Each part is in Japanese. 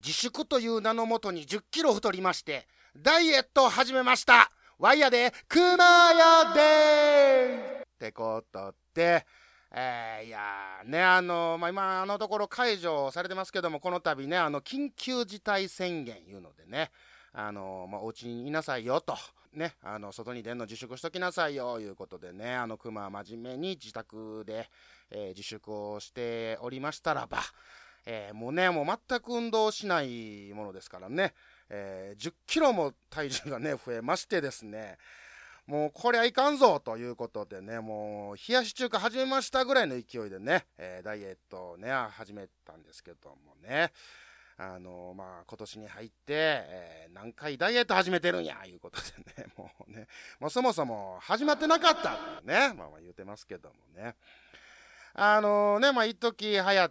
自粛という名のもとに10キロ太りましてダイエットを始めました。ワイヤでクマヤでってことで、いやね、今のところ解除されてますけども、この度ね、緊急事態宣言いうのでね、お家にいなさいよとね、外に出んの自粛しときなさいよいうことでね、クマは真面目に自宅で、自粛をしておりましたらば、もう全く運動しないものですからね、10キロも体重がね増えましてですね、もうこりゃいかんぞということでね、もう冷やし中華始めましたぐらいの勢いでね、ダイエットをね始めたんですけどもね、今年に入って、何回ダイエット始めてるんやいうことでね、もうそもそも始まってなかったってね、言うてますけどもね。一時流行って、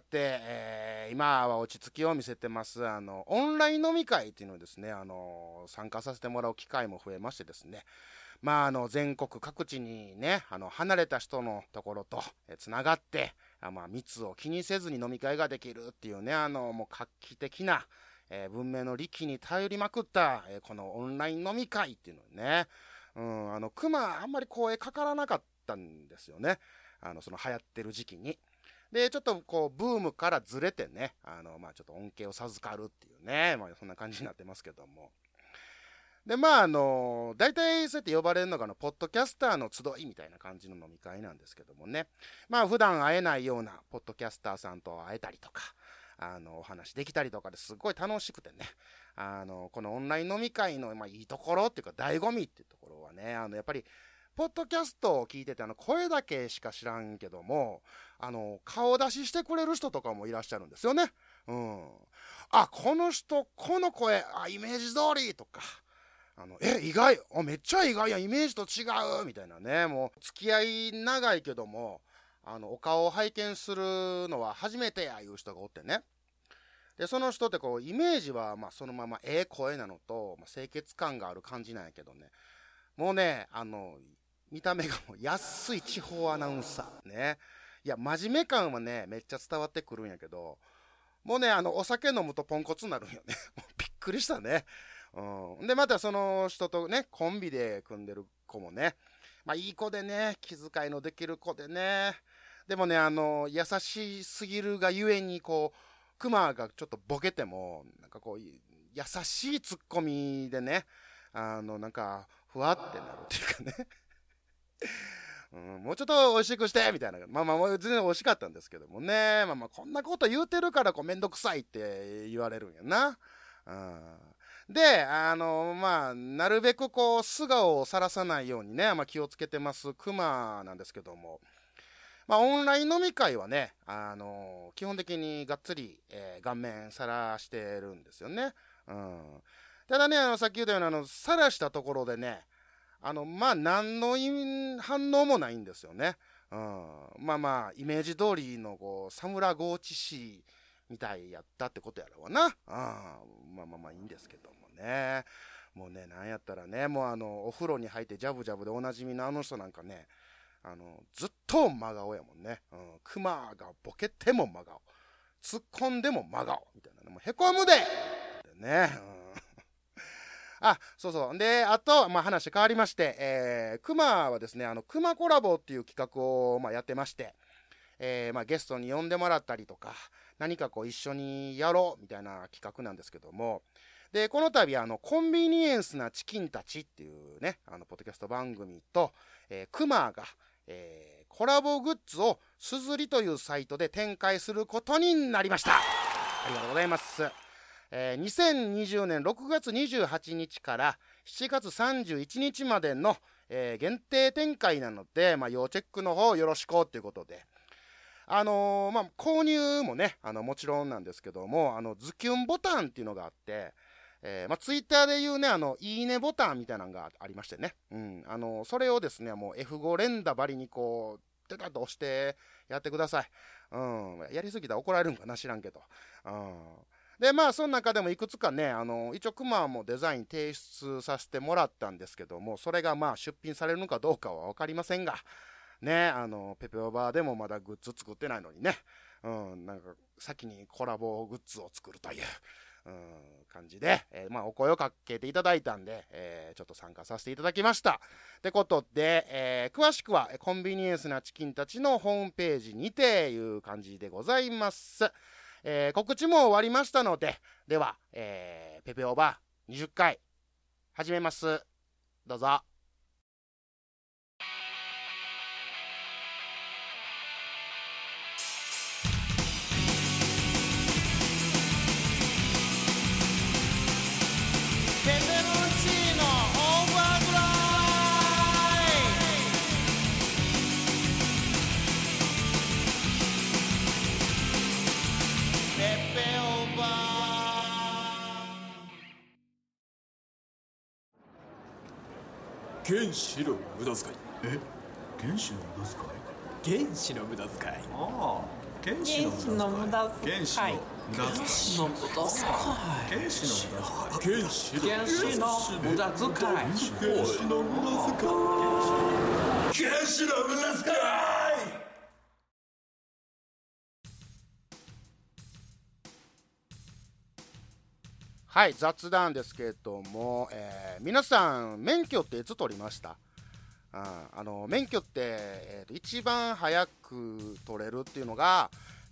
今は落ち着きを見せてます、オンライン飲み会っていうのをですね、参加させてもらう機会も増えましてですね、全国各地にね、離れた人のところとつながって、密を気にせずに飲み会ができるっていうね、もう画期的な、文明の利器に頼りまくった、このオンライン飲み会っていうのね、熊あんまり声かからなかったんですよね。その流行ってる時期に。で、ちょっとこう、ブームからずれてね、ちょっと恩恵を授かるっていうね、そんな感じになってますけども。で、大体そうやって呼ばれるのが、ポッドキャスターの集いみたいな感じの飲み会なんですけどもね。普段会えないようなポッドキャスターさんと会えたりとか、お話できたりとかですごい楽しくてね。このオンライン飲み会の、いいところっていうか、醍醐味っていうところはね、やっぱり、ポッドキャストを聞いてて、声だけしか知らんけども、顔出ししてくれる人とかもいらっしゃるんですよね。あ、この人、この声、イメージ通りとか、意外、めっちゃ意外や、イメージと違うみたいなね、もう、付き合い長いけども、お顔を拝見するのは初めてや、いう人がおってね。で、その人ってこう、イメージは、そのまま声なのと、清潔感がある感じなんやけどね、もうね、見た目がもう安い地方アナウンサーね。いや、真面目感はね、めっちゃ伝わってくるんやけど、もうね、お酒飲むとポンコツになるんよね。もうびっくりしたね。で、またその人とね、コンビで組んでる子もね、いい子でね、気遣いのできる子でね、でもね、優しすぎるがゆえに、こう、クマがちょっとボケても、なんかこう、優しいツッコミでね、なんか、ふわってなるっていうかね。もうちょっと美味しくしてみたいな。全然美味しかったんですけどもね。こんなこと言うてるからこうめんどくさいって言われるんやな。で、なるべくこう素顔をさらさないようにね、気をつけてますクマなんですけども。オンライン飲み会はね、基本的にがっつり、顔面さらしてるんですよね。ただね、さっき言ったような、さらしたところでね、何の反応もないんですよね。イメージ通りの、こう、サムラゴーチ氏みたいやったってことやろうな。いいんですけどもね。もうね、なんやったらね、もうお風呂に入ってジャブジャブでおなじみのあの人なんかね、ずっと真顔やもんね。クマがボケても真顔。突っ込んでも真顔。みたいなね。もうへこむでってね。そうそう。で、あと、話変わりまして、クマはですね、クマコラボっていう企画を、やってまして、ゲストに呼んでもらったりとか、何かこう一緒にやろうみたいな企画なんですけども、で、この度、コンビニエンスなチキンたちっていうね、ポッドキャスト番組と、クマが、コラボグッズをすずりというサイトで展開することになりました。ありがとうございます。2020年6月28日から7月31日までの、限定展開なので、要チェックの方よろしくということで、購入もね、もちろんなんですけども、ズキュンボタンっていうのがあって、ツイッターでいうね、いいねボタンみたいなのがありましてね、それをですね、もう F5 連打ばりにこう、デタッと押してやってください。やりすぎたら怒られるんかな、知らんけど。で、その中でもいくつかね、一応クマもデザイン提出させてもらったんですけども、それが出品されるのかどうかはわかりませんが、ね、ペペオバーでもまだグッズ作ってないのにね、なんか先にコラボグッズを作るという、そういうことになってます。はい。ということで、 感じで、お声をかけていただいたんで、ちょっと参加させていただきました。ってことで、詳しくはコンビニエンスなチキンたちのホームページにていう感じでございます。告知も終わりましたので、では、ペペオーバー20回始めます。どうぞ。ペペロンチーノオーバードライ。ペペオーバ原子の無駄遣い。 原子の無駄遣い。 原子の無駄遣い。 ああ、原子の無駄遣い。原子の無駄遣い。 原子の無駄遣い。 原子の無駄遣い。 原子の無駄遣い。 原子の無駄遣い。 原子の無駄遣い。原子の無駄遣い。 はい、雑談ですけれども、皆さん免許っていつ取りました？免許って、一番早く取れるっていうのが、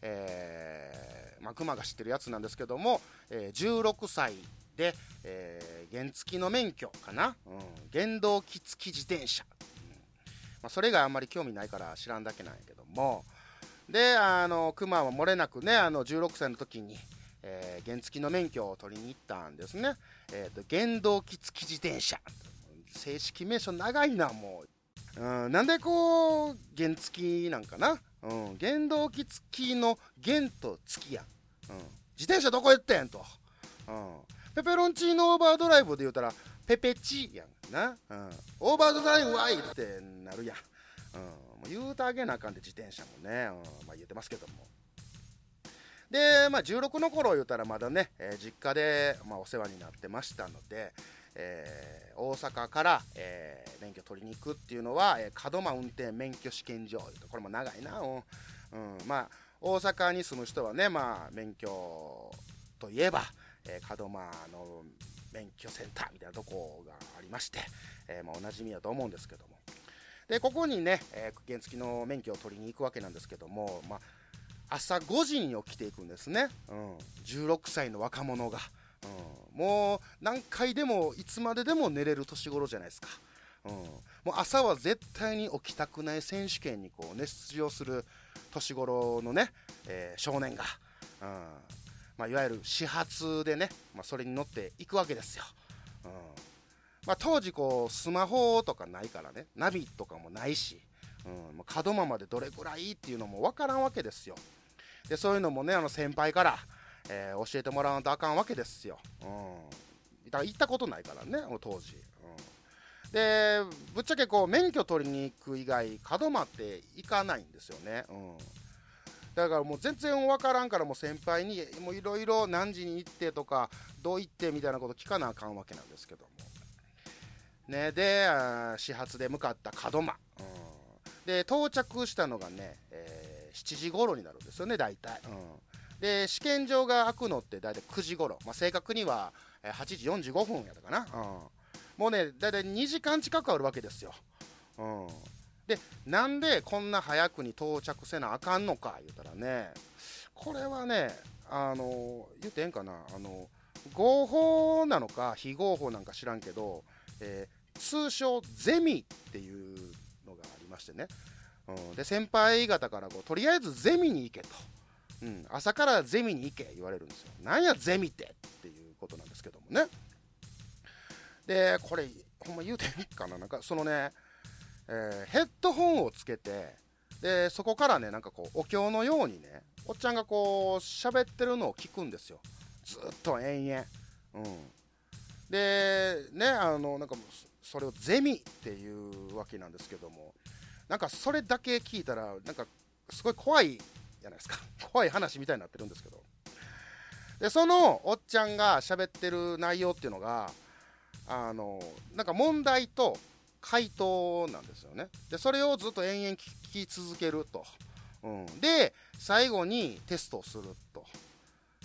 熊が知ってるやつなんですけども、16歳で、原付の免許かな、原動機付き自転車、それがあんまり興味ないから知らんだけなんやけども、で熊は漏れなくね16歳の時に、原付の免許を取りに行ったんですね。原動機付き自転車、正式名称長いなもう、なんでこう原付なんかな、原動機付きの原と付きやん、自転車どこ行ってんと、ペペロンチーノオーバードライブで言うたらペペチやんな、オーバードライブワイってなるやん、もう言うてあげなあかんで自転車もね、言ってますけども。で、16の頃言うたらまだね、実家で、お世話になってましたので、大阪から、免許取りに行くっていうのは、門真運転免許試験場、これも長いな、大阪に住む人はね、免許といえば、門真の免許センターみたいなとこがありまして、おなじみだと思うんですけども、でここにね、原付の免許を取りに行くわけなんですけども、朝5時に起きていくんですね、16歳の若者が、もう何回でもいつまででも寝れる年頃じゃないですか、もう朝は絶対に起きたくない選手権にこう、出場する年頃のね、少年が、いわゆる始発でね、それに乗っていくわけですよ、当時こうスマホとかないからね、ナビとかもないし、門真までどれぐらいっていうのも分からんわけですよ。でそういうのもね先輩から、教えてもらわんとあかんわけですよ、だから行ったことないからね当時、でぶっちゃけこう免許取りに行く以外門真って行かないんですよね、だからもう全然分からんから、もう先輩にもういろいろ何時に行ってとかどう行ってみたいなこと聞かなあかんわけなんですけどもね。で始発で向かった門真、で到着したのがね、7時頃になるんですよね大体、で試験場が開くのって大体9時頃、正確には8時45分やったかな、もうね大体2時間近くあるわけですよ、でなんでこんな早くに到着せなあかんのか言うたらね、これはね言ってええんかな、合法なのか非合法なんか知らんけど、通称ゼミっていうのがありましてね、で先輩方からこうとりあえずゼミに行けと、朝からゼミに行け言われるんですよ。なんやゼミっていうことなんですけどもね。でこれほんま言うていいかな、なんかそのね、ヘッドホンをつけて、でそこからねなんかこうお経のようにねおっちゃんがこう喋ってるのを聞くんですよ、ずっと延々、でねなんかそれをゼミっていうわけなんですけども、なんかそれだけ聞いたらなんかすごい怖いじゃないですか怖い話みたいになってるんですけど、でそのおっちゃんが喋ってる内容っていうのがなんか問題と回答なんですよね。でそれをずっと延々聞き続けると、で最後にテストをすると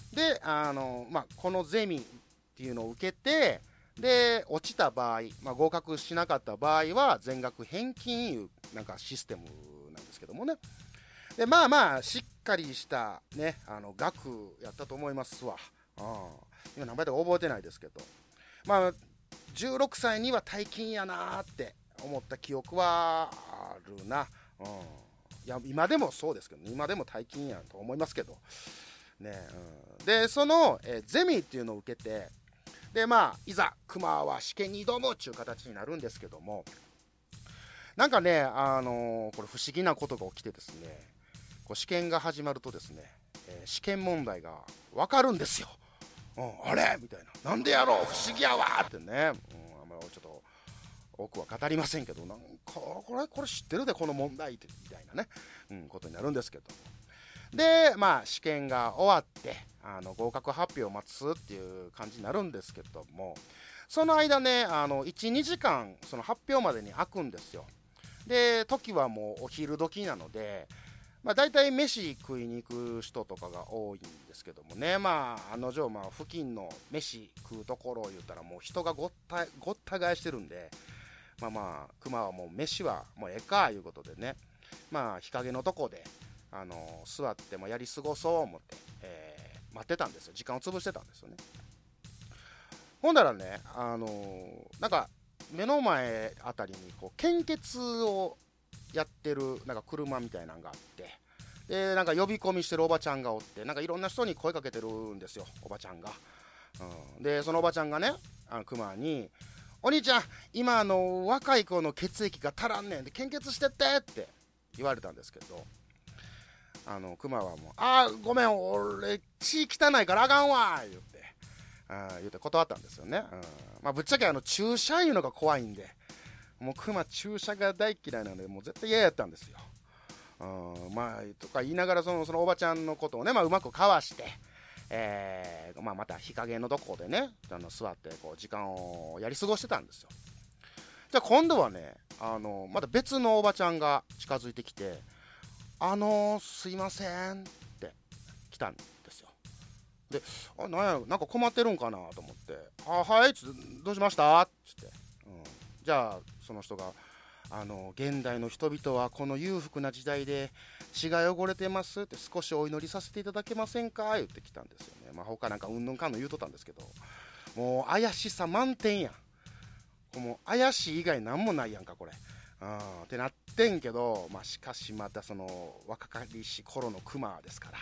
でこのゼミっていうのを受けて、で落ちた場合、合格しなかった場合は全額返金いうなんかシステムなんですけどもね。でしっかりしたね額やったと思いますわ。今何倍だか覚えてないですけど、16歳には大金やなーって思った記憶はあるな。いや今でもそうですけど、ね、今でも大金やと思いますけどね。でその、ゼミっていうのを受けて、でいざ熊は試験に挑むっていう形になるんですけども、なんかねこれ不思議なことが起きてですね、こう試験が始まるとですね、試験問題が分かるんですよ。あれみたいな、なんでやろう不思議やわってね、あんまりちょっと多くは語りませんけど、なんかこれ知ってるでこの問題ってみたいなね、ことになるんですけど、で試験が終わって合格発表を待つっていう感じになるんですけども、その間ね1、2時間その発表までに空くんですよ。で時はもうお昼時なので、だいたい飯食いに行く人とかが多いんですけどもね、案の定付近の飯食うところを言ったらもう人がごった返してるんで、熊はもう飯はもうええかいうことでね、日陰のとこで座ってやり過ごそう思って、待ってたんですよ。時間を潰してたんですよね。ほんだらねなんか目の前あたりにこう献血をやってるなんか車みたいなのがあって、でなんか呼び込みしてるおばちゃんがおって、なんかいろんな人に声かけてるんですよ、おばちゃんが。でそのおばちゃんがね熊にお兄ちゃん今若い子の血液が足らんねんで献血してってって言われたんですけど、熊はもうごめん俺血汚いからあかんわ言って断ったんですよね。ぶっちゃけ注射いうのが怖いんで、もう熊注射が大嫌いなのでもう絶対嫌やったんですよ。とか言いながらそのおばちゃんのことをね、うまくかわして、また日陰のとこでね座ってこう時間をやり過ごしてたんですよ。じゃあ今度はねまた別のおばちゃんが近づいてきて、すいませんって来たんですよ。でなんか困ってるんかなと思って、はいどうしましたって言って、じゃあその人が現代の人々はこの裕福な時代で血が汚れてますって少しお祈りさせていただけませんか言ってきたんですよね。他なんかうんぬんかんの言うとったんですけど、もう怪しさ満点やん。もう怪しい以外なんもないやんかこれ。ってなってんけど、しかしまたその若かりし頃の熊ですから、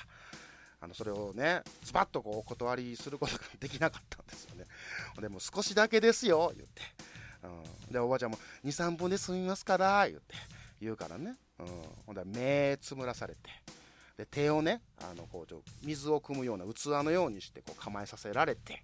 それをねズバッとこうお断りすることができなかったんですよね。でも少しだけですよ言って、でおばちゃんも 2,3 分で済みますから言うからね、ほんで目つむらされて、で手をねこう水を汲むような器のようにしてこう構えさせられて、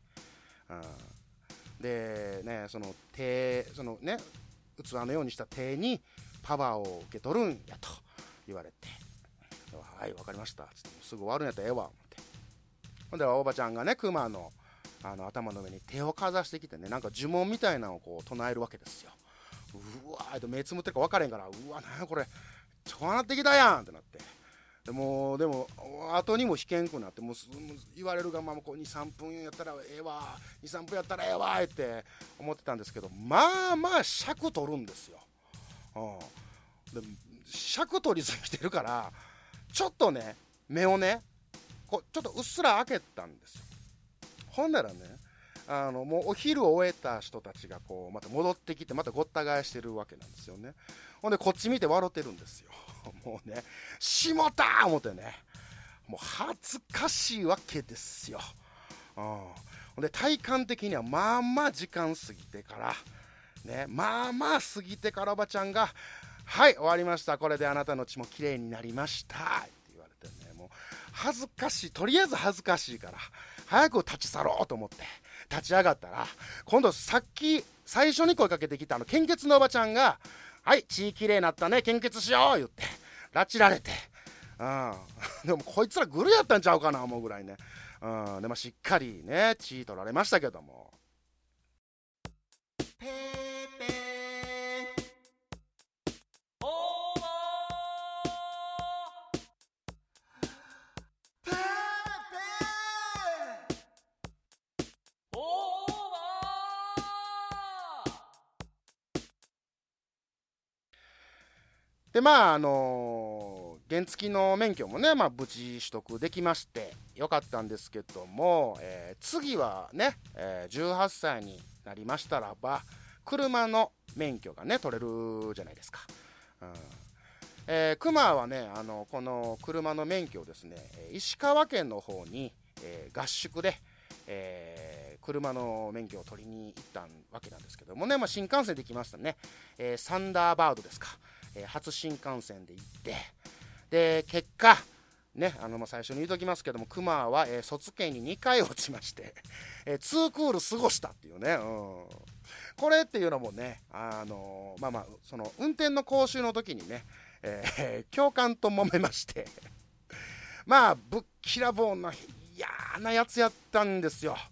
でねそのね器のようにした手にパワーを受け取るんやと言われて、はいわかりましたつってすぐ終わるんやったらええわ思って、ほんでおばちゃんがね熊の頭の上に手をかざしてきてね、なんか呪文みたいなのをこう唱えるわけですよ。うわー目つむってるか分からへんから、うわなんやこれちょなってきたやんってなって、でも後にも引けんくなって、もう言われるがままこう 2,3 分やったらええわ 2,3 分やったらええわって思ってたんですけど、尺取るんですよ。で尺取りすぎてるからちょっとね目をねこうちょっとうっすら開けたんですよ。ほんならねもうお昼を終えた人たちがこうまた戻ってきてまたごった返してるわけなんですよね。ほんでこっち見て笑ってるんですよ。もうねしもたー思ってね、もう恥ずかしいわけですよ。ほんで体感的には時間過ぎてからね過ぎてからおばちゃんがはい終わりましたこれであなたの血もきれいになりましたって言われてね、もう恥ずかしい、とりあえず恥ずかしいから早く立ち去ろうと思って立ち上がったら、今度さっき最初に声かけてきた献血のおばちゃんがはい血きれいになったね献血しよう言って拉致られて、でもこいつらグルやったんちゃうかな思うぐらいね、でしっかりね血取られましたけども、ペーペーで原付の免許もね、無事取得できましてよかったんですけども、次はね、18歳になりましたらば車の免許がね取れるじゃないですか。熊はねこの車の免許をですね石川県の方に、合宿で、車の免許を取りに行ったわけなんですけどもね、新幹線で来ましたね、サンダーバードですか、初新幹線で行って、で結果ね最初に言うときますけども熊は、卒検に2回落ちまして、2クール過ごしたっていうね、これっていうのもねその運転の講習の時にね、教官と揉めましてぶっきらぼうな嫌なやつやったんですよ。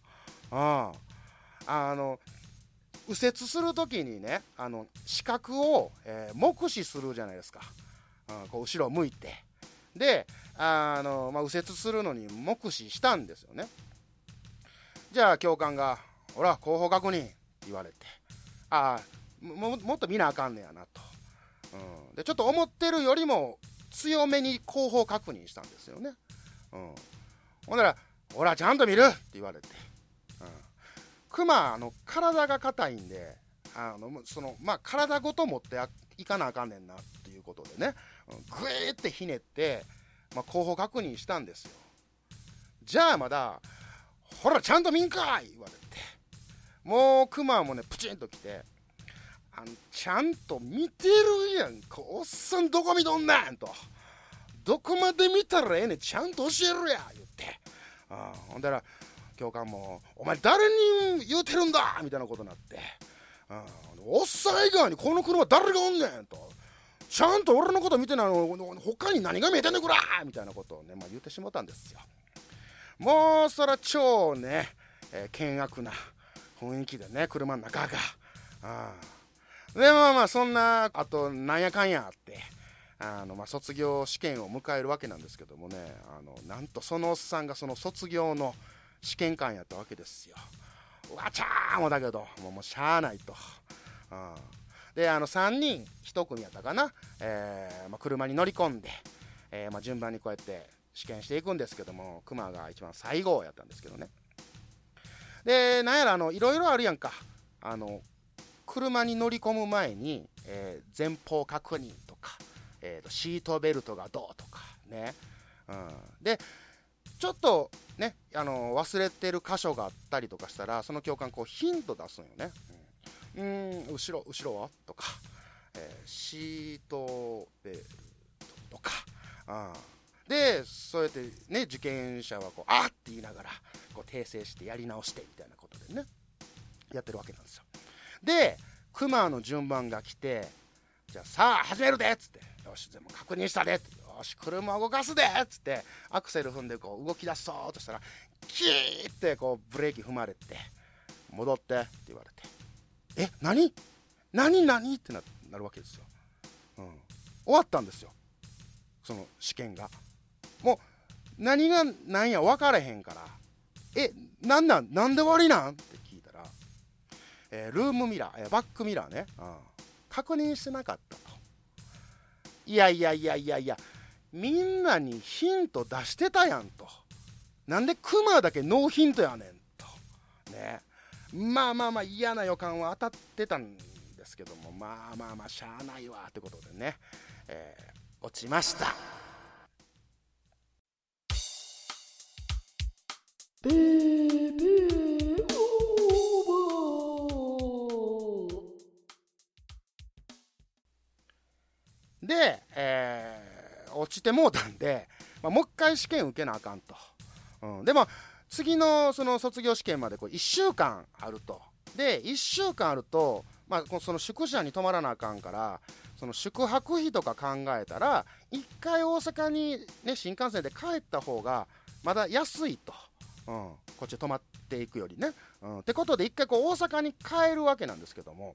右折するときにね視覚を、目視するじゃないですか。こう後ろを向いてで右折するのに目視したんですよね。じゃあ教官がほら後方確認って言われてもっと見なあかんねやなと、でちょっと思ってるよりも強めに後方確認したんですよね。ほんならほらちゃんと見るって言われて、熊体が硬いんで体ごと持っていかなあかんねんなっていうことでね、グイーってひねって、後方確認したんですよ。じゃあまだほらちゃんと見んかい言われて、もう熊もねプチンときてちゃんと見てるやんかおっさんどこ見とんねんと、どこまで見たらええねんちゃんと教えるや言って、ほんだら教官もお前誰に言うてるんだみたいなことになって、おっさん以外にこの車誰がおんねんと、ちゃんと俺のこと見てないの他に何が見えてんねんこらみたいなことをね、言ってしもたんですよ。もうそら超ね、険悪な雰囲気でね車の中が、でそんなあとなんやかんやあって卒業試験を迎えるわけなんですけどもね、なんとそのおっさんがその卒業の試験官やったわけですよ。わちゃーもだけどもうしゃあないと、で3人1組やったかな、車に乗り込んで、順番にこうやって試験していくんですけども熊が一番最後やったんですけどね。でなんやらいろいろあるやんか、車に乗り込む前に、前方確認とか、シートベルトがどうとかね、でちょっとね忘れてる箇所があったりとかしたらその教官こうヒント出すんよね。後ろはとか、シートベルトとか、でそうやってね受験者はこうあーって言いながらこう訂正してやり直してみたいなことでねやってるわけなんですよ。で熊の順番が来て、じゃあさあ始めるでっつって、よし全部確認したでって、よし車動かすでっつってアクセル踏んでこう動き出そうとしたらキーってこうブレーキ踏まれて戻ってって言われて、何ってなるわけですよ。終わったんですよその試験が。もう何が何や分からへんから、なんで終わりなんって聞いたら、ルームミラー、バックミラーね、確認してなかったと。いやみんなにヒント出してたやんと、なんでクマだけノーヒントやねんとね。嫌な予感は当たってたんですけども、しゃあないわってことでね、落ちました。で、落ちてもうたんで、もう一回試験受けなあかんと、でも次のその卒業試験までこう1週間あると。で1週間あると、その宿舎に泊まらなあかんから、その宿泊費とか考えたら一回大阪に、ね、新幹線で帰った方がまだ安いと、こっち泊まっていくよりね、ってことで一回こう大阪に帰るわけなんですけども、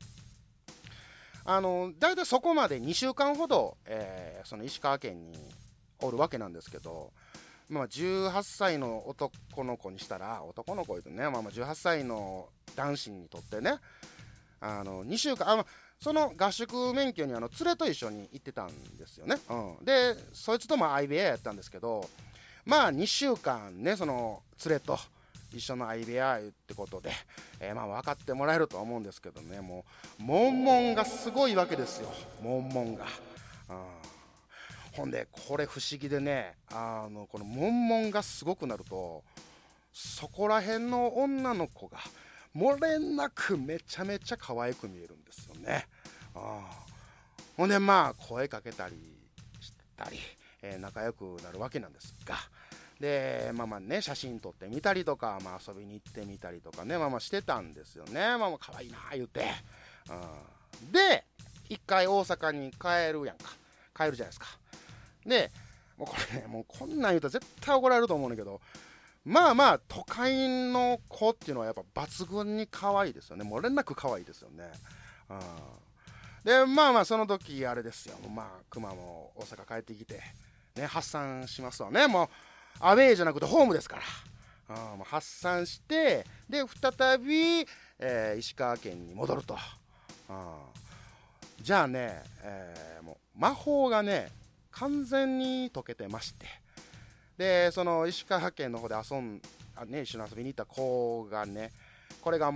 だいたいそこまで2週間ほど、その石川県におるわけなんですけど、18歳の男の子にしたら、男の子とね、18歳の男子にとってね、2週間その合宿免許に連れと一緒に行ってたんですよね、でそいつとも相部屋やったんですけど、まあ2週間ねその連れと一緒の相部屋ってことで、まあ分かってもらえるとは思うんですけどね、もう悶々がすごいわけですよ、悶々が。ほんでこれ不思議でね、この悶々がすごくなるとそこら辺の女の子が漏れなくめちゃめちゃ可愛く見えるんですよね。ほんでまあ声かけたりしたり、仲良くなるわけなんですが、でまあね写真撮ってみたりとか、遊びに行ってみたりとかねしてたんですよね。可愛いな言うて、で一回大阪に帰るじゃないですか。でもうこれね、もうこんなん言うと絶対怒られると思うんだけど、都会の子っていうのはやっぱ抜群に可愛いですよね。漏れなく可愛いですよね。でその時あれですよ、熊も大阪帰ってきてね発散しますわね。もうアウェーじゃなくてホームですから、発散してで再び、石川県に戻ると。じゃあね、もう魔法がね完全に解けてまして、でその石川県の方で一緒に遊びに行った子がね、これが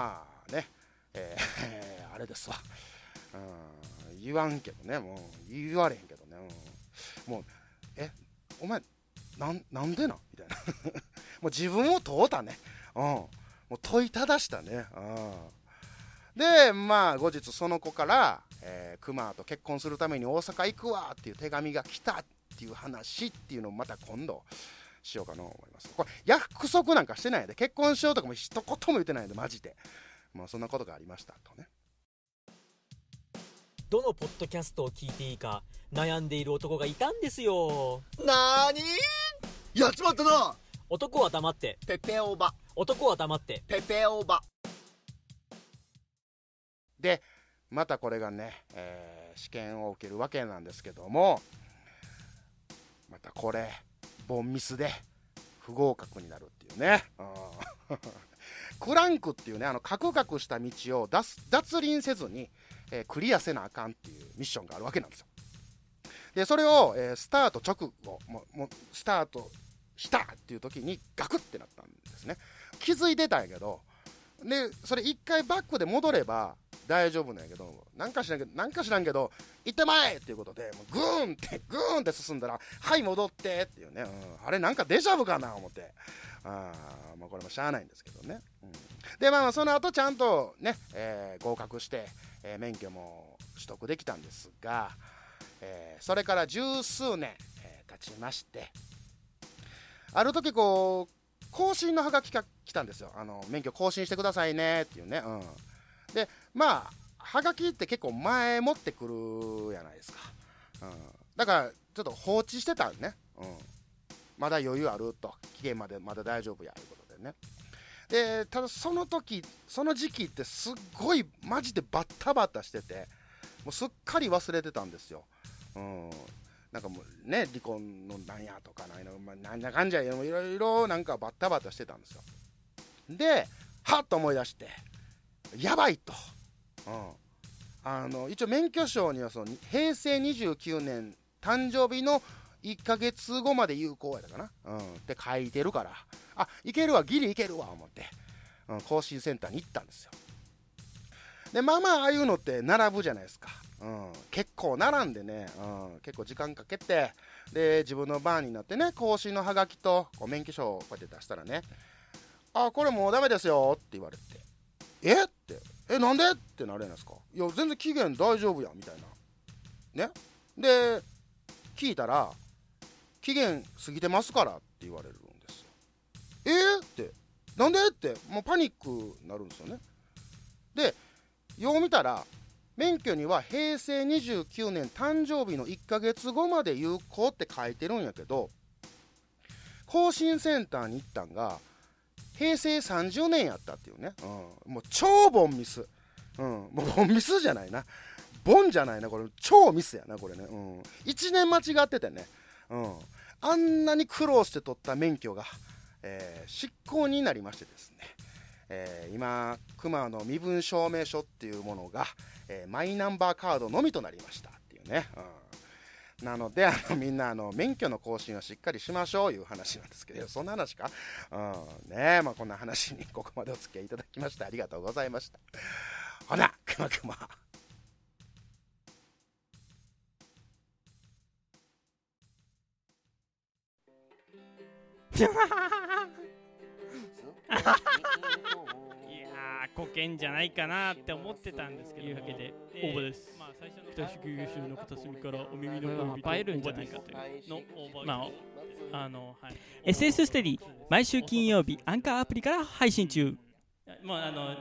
あれですわ、言わんけどね、もう言われへんけどね、もうお前なんでなんみたいなもう自分を問うたね、もう問いただしたね。で後日その子から、熊と結婚するために大阪行くわっていう手紙が来たっていう話っていうのをまた今度しようかなと思います。これ約束なんかしてないで、結婚しようとかも一言も言ってないで、マジでそんなことがありましたとね。 どのポッドキャストを聞いていいか悩んでいる男がいたんですよ。 なーにー、やっちまったな。 男は黙ってペペオバ、 男は黙ってペペオバでまたこれがね、試験を受けるわけなんですけども、またこれボンミスで不合格になるっていうね。クランクっていうね、カクカクした道を脱輪せずに、クリアせなあかんっていうミッションがあるわけなんですよ。でそれを、スタート直後もうスタートしたっていう時にガクってなったんですね。気づいてたんやけど、でそれ一回バックで戻れば大丈夫なんやけど、なんか知らんけど行ってまえっていうことでもうグーンって進んだら、はい戻ってっていうね、あれなんかデジャブかな思って、これもしゃあないんですけどね。でその後ちゃんとね、合格して、免許も取得できたんですが、それから十数年、経ちまして、ある時こう更新のハガキが来たんですよ。免許更新してくださいねっていうね。でハガキって結構前持ってくるやないですか。だからちょっと放置してたんね。まだ余裕あると、期限までまだ大丈夫やということでね。でただその時その時期ってすっごいマジでバッタバタしてて、もうすっかり忘れてたんですよ。なんかもうね、離婚のなんやとかなんだかんじゃいろいろなんかバッタバタしてたんですよ。ではっと思い出して、やばいと、一応免許証にはその平成29年誕生日の1ヶ月後まで有効やったかな、って書いてるから、いけるわ、ギリいけるわ思って、更新センターに行ったんですよ。でああいうのって並ぶじゃないですか。結構並んでね、結構時間かけて、で自分の番になってね、更新のハガキとこう免許証をこうやって出したらね、これもうダメですよって言われて、ってなんでってなるじゃないですか。いや全然期限大丈夫やみたいなね。で聞いたら期限過ぎてますからって言われるんですよ。ってなんでってもうパニックになるんですよね。でよう見たら免許には平成29年誕生日の1ヶ月後まで有効って書いてるんやけど、更新センターに行ったんが平成30年やったっていうね、もう超ボンミス、もうボンミスじゃないな、ボンじゃないな、これ超ミスやなこれね、1年間違っててね、あんなに苦労して取った免許が、失効になりましてです今熊の身分証明書っていうものが、マイナンバーカードのみとなりましたっていうね、なのでみんな免許の更新はしっかりしましょういう話なんですけど、そんな話か、ね、こんな話にここまでお付き合いいただきましてありがとうございました。ほなくまくまいやー、こけんじゃないかなって思ってたんですけど、というわけで応募です。まあ最初の北宿九州の片隅からお耳の恋人映えるんじゃないかというの応募。まあはい。SS ステディ毎週金曜日アンカーアプリから配信中。もう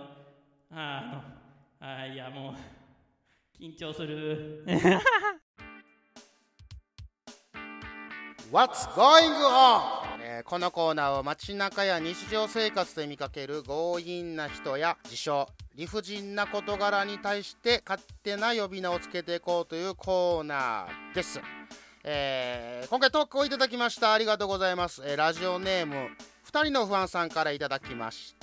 いやもう緊張する。 What's going on? このコーナーは街中や日常生活で見かける強引な人や自称理不尽な事柄に対して勝手な呼び名をつけていこうというコーナーです。今回投稿いただきました。ありがとうございます。ラジオネーム2人の不安さんからいただきました。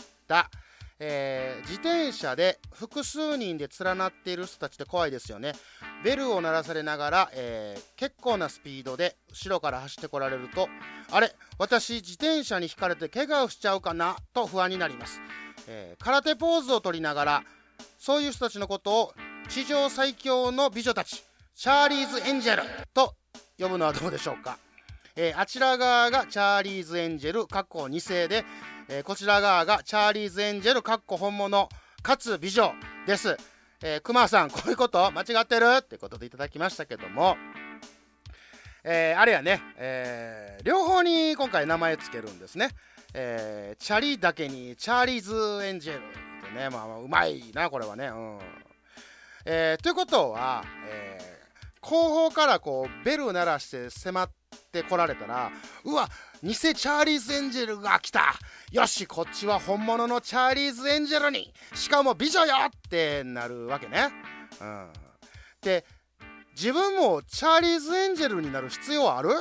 自転車で複数人で連なっている人たちって怖いですよね。ベルを鳴らされながら、結構なスピードで後ろから走ってこられると、あれ私自転車にひかれて怪我をしちゃうかなと不安になります。空手ポーズを取りながらそういう人たちのことを地上最強の美女たちチャーリーズエンジェルと呼ぶのはどうでしょうか。あちら側がチャーリーズエンジェル2世で、こちら側がチャーリーズエンジェル本物かつ美女です。熊さんこういうこと間違ってるってことでいただきましたけども、あれやね、両方に今回名前つけるんですね。チャリだけにチャーリーズエンジェルってね、うまいなこれはね、ということは、後方からこうベル鳴らして迫ってこられたら、うわ偽チャーリーズエンジェルが来た、よしこっちは本物のチャーリーズエンジェルにしかも美女よってなるわけね。で自分もチャーリーズエンジェルになる必要ある？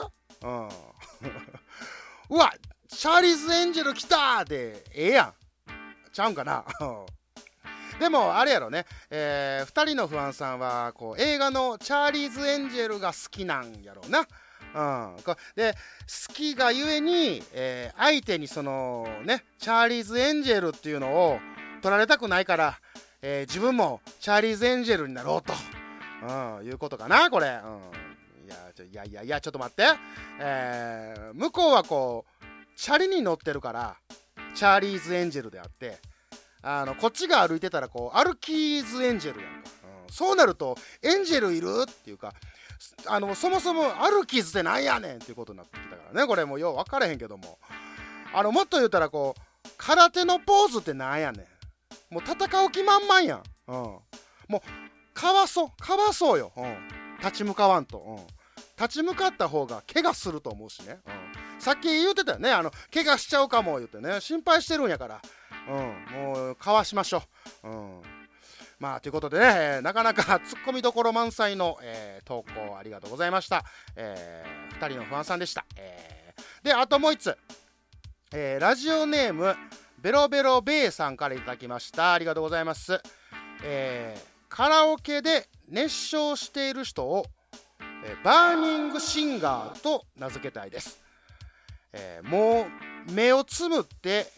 うわチャーリーズエンジェル来たでええやんちゃうんかな。でもあれやろね、2人の不安さんはこう映画のチャーリーズエンジェルが好きなんやろうな。で好きがゆえに、相手にそのねチャーリーズエンジェルっていうのを取られたくないから、自分もチャーリーズエンジェルになろうと、いうことかなこれ。いやちょっと待って、向こうはこうチャリに乗ってるからチャーリーズエンジェルであって、こっちが歩いてたらこう歩きーズエンジェルやんか。そうなるとエンジェルいるっていうか、そもそも歩きーズってなんやねんっていうことになってきたからね。これもうよう分からへんけども、もっと言うたらこう空手のポーズってなんやねん。もう戦う気満々やん。もうかわそうよ。立ち向かわんと、立ち向かった方が怪我すると思うしね。さっき言うてたよね、怪我しちゃうかも言ってね、心配してるんやから、もうかわしましょう。ということでね、なかなかツッコミどころ満載の、投稿ありがとうございました。2人の不安さんでした。であともう1つ、ラジオネームベロベロベイさんからいただきました。ありがとうございます。カラオケで熱唱している人を、バーニングシンガーと名付けたいです。もう目をつむって、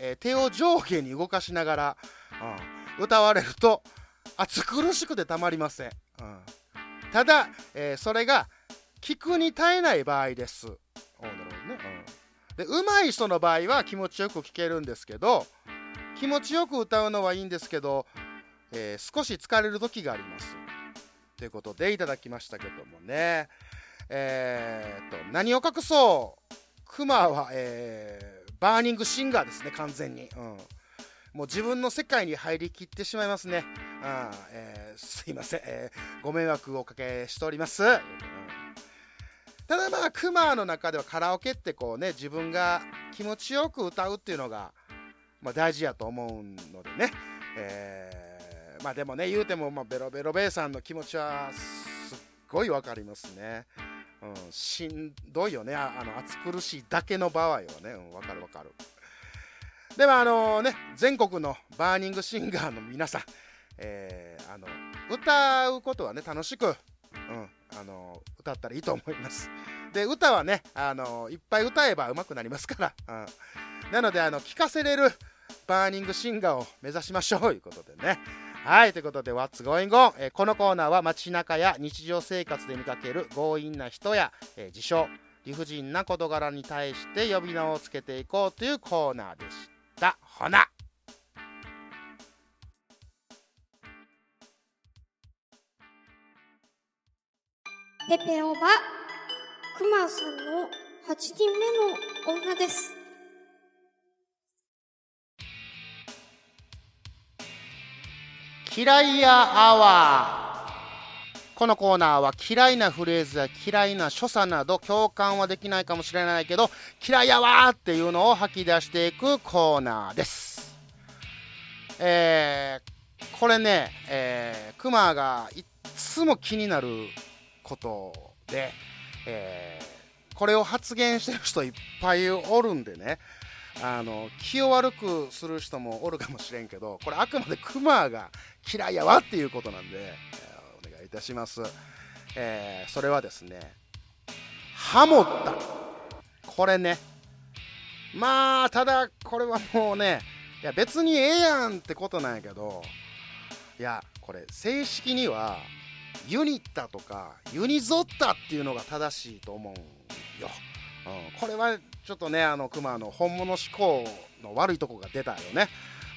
手を上下に動かしながら、歌われると暑苦しくてたまりません。ただ、それが聞くに耐えない場合です。なるほどね。で上手い人の場合は気持ちよく聴けるんですけど、気持ちよく歌うのはいいんですけど、少し疲れる時がありますということでいただきましたけどもね。何を隠そうクマは、バーニングシンガーですね完全に。もう自分の世界に入りきってしまいますね。すいません、ご迷惑をおかけしております。ただクマの中ではカラオケってこうね、自分が気持ちよく歌うっていうのが、大事やと思うのでね。でもね言うても、ベロベロベイさんの気持ちはすっごいわかりますね。しんどいよね、暑苦しいだけの場合はね。わかる。 では全国のバーニングシンガーの皆さん、歌うことはね楽しく、歌ったらいいと思います。で歌はねいっぱい歌えば上手くなりますから、なので聴かせれるバーニングシンガーを目指しましょうということでね。はい、ということで What's Going On、このコーナーは街中や日常生活で見かける強引な人や、自称理不尽な事柄に対して呼び名をつけていこうというコーナーでした。ほなペペオバクマさんの8人目の女です。 嫌いやアワー。このコーナーは嫌いなフレーズや嫌いな所作など共感はできないかもしれないけど嫌いやわーっていうのを吐き出していくコーナーです。これね、クマがいつも気になることで、これを発言してる人いっぱいおるんでね、気を悪くする人もおるかもしれんけど、これあくまでクマが嫌いやわっていうことなんで、お願いいたします。それはですね、ハモった。これね、まあただこれはもうね、いや別にええやんってことなんやけど、いやこれ正式にはユニッタとかユニゾッタっていうのが正しいと思うんよ。これはちょっとねクマの本物思考の悪いとこが出たよね。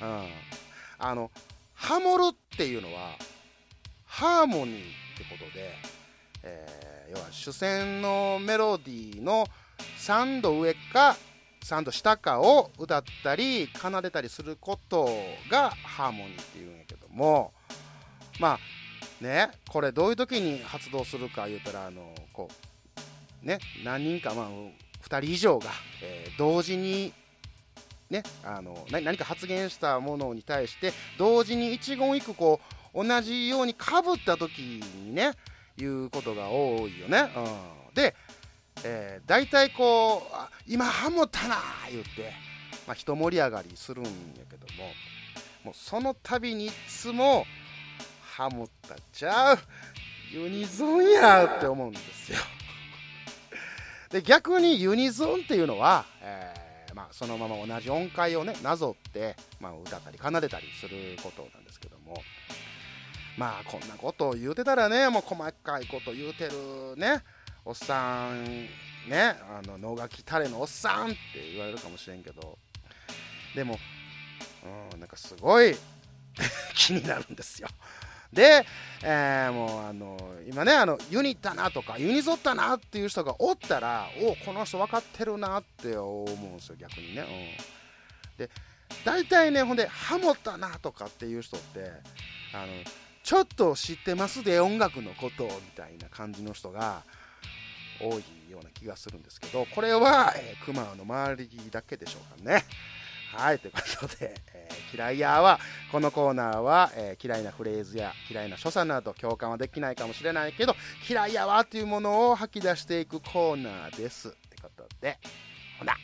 ハモるっていうのはハーモニーってことで、要は主旋のメロディーの3度上か3度下かを歌ったり奏でたりすることがハーモニーっていうんやけども、まあね、これどういう時に発動するか言うたらこうね、何人か2人以上が、同時にね何か発言したものに対して同時に一言一句こう同じようにかぶった時にね言うことが多いよね。でだいたいこう今ハモったな言って、一盛り上がりするんやけども、もうその度にいつもハモったちゃうユニゾンやって思うんですよ。で逆にユニゾンっていうのは、そのまま同じ音階をねなぞって、歌ったり奏でたりすることなんですけども、こんなことを言うてたらね、もう細かいこと言うてるねおっさんね、能書きタレのおっさんって言われるかもしれんけど、でもなんかすごい気になるんですよ。で、もう今ねユニッタなとかユニゾッタなっていう人がおったら、この人分かってるなって思うんですよ、逆にね。で大体ね、ほんでハモったなとかっていう人ってちょっと知ってますで音楽のことみたいな感じの人が多いような気がするんですけど、これは、クマの周りだけでしょうかね。はい、ということで、嫌いやはこのコーナーは、嫌いなフレーズや嫌いな所作など共感はできないかもしれないけど嫌いやわというものを吐き出していくコーナーですってことで、ほな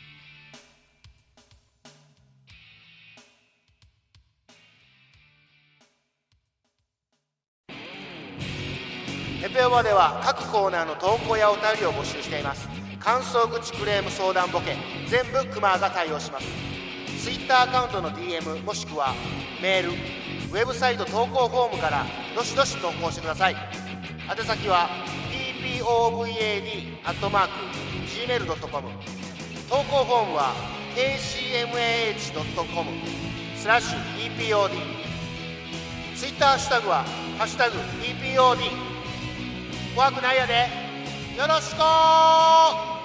ペペオバでは各コーナーの投稿やお便りを募集しています。感想口クレーム相談ボケ全部クマが対応します。ツイッターアカウントの DM もしくはメール、ウェブサイト投稿フォームからどしどし投稿してください。宛先は povad@gmail.com、 投稿フォームは kcmah.com/ppod、 ツイッターハッシュタグはハッシュタグ ppod。 怖くないやで、よろしくー。